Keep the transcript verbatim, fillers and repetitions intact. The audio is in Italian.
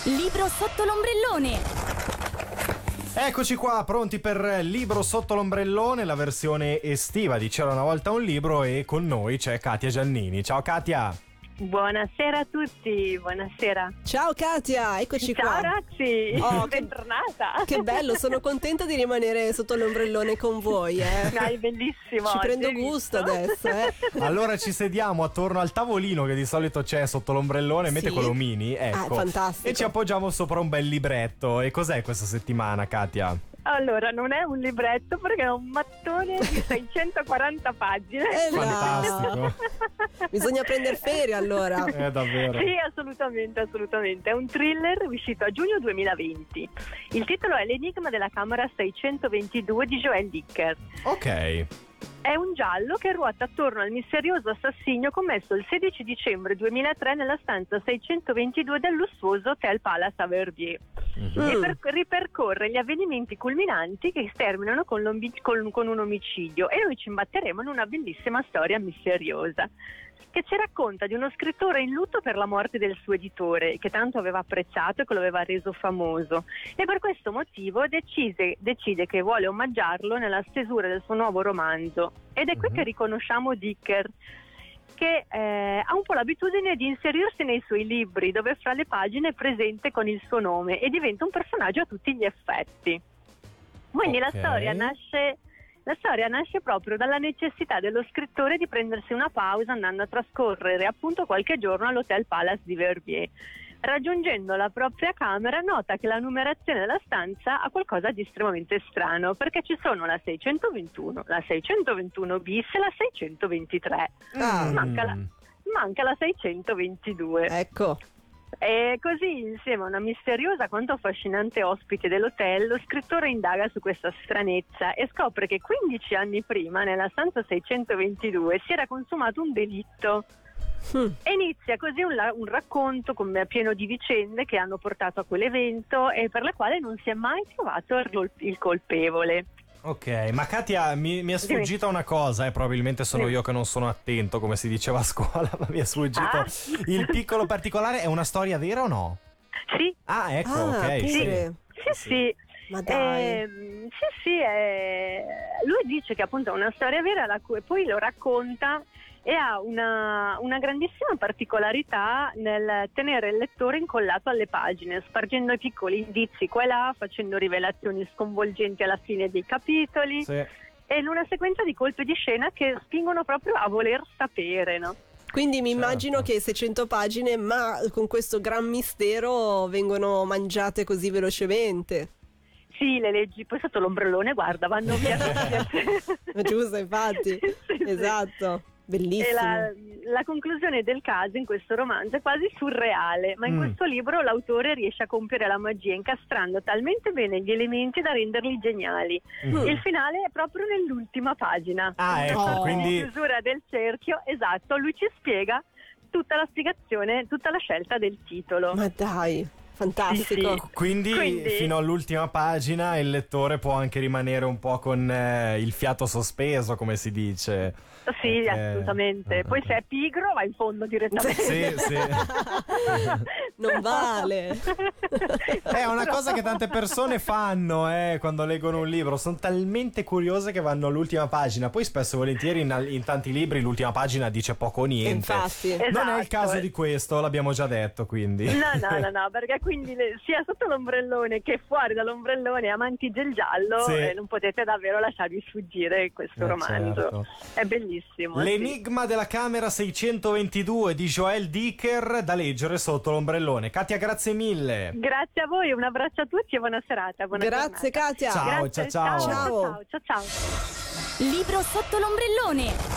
Libro sotto l'ombrellone. Eccoci qua, pronti per Libro sotto l'ombrellone, la versione estiva di C'era una volta un libro, e con noi c'è Katia Giannini. Ciao Katia! Buonasera a tutti, buonasera. Ciao Katia, eccoci Ciao qua. ragazzi, Oh, bentornata. Che bello, sono contenta di rimanere sotto l'ombrellone con voi, eh. Dai, bellissimo. Ci prendo hai gusto visto? adesso, eh. Allora ci sediamo attorno al tavolino che di solito c'è sotto l'ombrellone, mette Sì. quello mini, ecco. Ah, fantastico. E ci appoggiamo sopra un bel libretto. E cos'è questa settimana, Katia? Allora, non è un libretto perché è un mattone di seicentoquaranta pagine. Eh là. Fantastico. Bisogna prendere ferie allora. Eh, davvero. Sì, assolutamente, assolutamente. È un thriller uscito a giugno duemilaventi. Il titolo è L'enigma della camera seicentoventidue di Joel Dicker. Ok. È un giallo che ruota attorno al misterioso assassinio commesso il sedici dicembre duemilatré nella stanza seicentoventidue del lussuoso Hotel Palace a Verbier. Mhm. E per- ripercorre gli avvenimenti culminanti che terminano con, l'ombi- con- con un omicidio, e noi ci imbatteremo in una bellissima storia misteriosa che ci racconta di uno scrittore in lutto per la morte del suo editore, che tanto aveva apprezzato e che lo aveva reso famoso, e per questo motivo decise, decide che vuole omaggiarlo nella stesura del suo nuovo romanzo. Ed è qui Mhm. che riconosciamo Dicker, che eh, ha un po' l'abitudine di inserirsi nei suoi libri, dove fra le pagine è presente con il suo nome e diventa un personaggio a tutti gli effetti. Quindi Ok. la storia nasce la storia nasce proprio dalla necessità dello scrittore di prendersi una pausa, andando a trascorrere appunto qualche giorno all'Hotel Palace di Verbier. Raggiungendo la propria camera, nota che la numerazione della stanza ha qualcosa di estremamente strano, perché ci sono la seicentoventuno, la seicentoventuno bis e la seicentoventitré. Ah. Manca la, manca la seicentoventidue. Ecco. E così, insieme a una misteriosa quanto affascinante ospite dell'hotel, lo scrittore indaga su questa stranezza e scopre che quindici anni prima, nella stanza seicentoventidue, si era consumato un delitto. Hm. E inizia così un, la- un racconto con- pieno di vicende che hanno portato a quell'evento e per la quale non si è mai trovato il, col- il colpevole. Ok, ma Katia, mi, mi è sfuggita una cosa, e eh, probabilmente sono Sì. io che non sono attento, come si diceva a scuola, ma mi è sfuggito Ah. il piccolo particolare. È una storia vera o no? Sì, Ah, ecco, Ah, ok. pure. Sì. sì, sì. Ma dai. Ehm, sì, sì, eh, lui dice che appunto è una storia vera, la cui poi lo racconta, e ha una, una grandissima particolarità nel tenere il lettore incollato alle pagine, spargendo i piccoli indizi qua e là, facendo rivelazioni sconvolgenti alla fine dei capitoli, Sì. e in una sequenza di colpi di scena che spingono proprio a voler sapere, no? Quindi mi Certo. immagino che seicento pagine, ma con questo gran mistero, vengono mangiate così velocemente. Sì, le leggi poi sotto l'ombrellone, guarda, vanno via. Giusto, infatti. Sì, sì. Esatto. E Bellissimo. la, la conclusione del caso in questo romanzo è quasi surreale, ma in Mm. questo libro l'autore riesce a compiere la magia incastrando talmente bene gli elementi da renderli geniali. Mm. Il finale è proprio nell'ultima pagina. Ah, ecco, Oh. quindi La chiusura del cerchio, esatto, lui ci spiega tutta la spiegazione, tutta la scelta del titolo. Ma dai, fantastico. Sì, sì. Quindi, Quindi- fino all'ultima pagina il lettore può anche rimanere un po' con eh, il fiato sospeso, come si dice. Sì, Perché- assolutamente. Poi se è pigro va in fondo direttamente. Sì, sì. Non vale. È una cosa che tante persone fanno eh, quando leggono un libro, sono talmente curiose che vanno all'ultima pagina. Poi spesso e volentieri in, in tanti libri l'ultima pagina dice poco o niente. Infatti. Non è il Esatto. caso di questo, l'abbiamo già detto, quindi. No, no, no, no, perché quindi le- sia sotto l'ombrellone che fuori dall'ombrellone, amanti del giallo, Sì. eh, non potete davvero lasciarvi sfuggire questo Eh, romanzo. certo. È bellissimo. sì. L'enigma della camera seicentoventidue di Joel Dicker, da leggere sotto l'ombrellone. Katia, grazie mille. Grazie a voi, un abbraccio a tutti e buona serata. Buona Grazie giornata. Katia. Ciao, Grazie, ciao, ciao. ciao, ciao, ciao, ciao. Libro sotto l'ombrellone.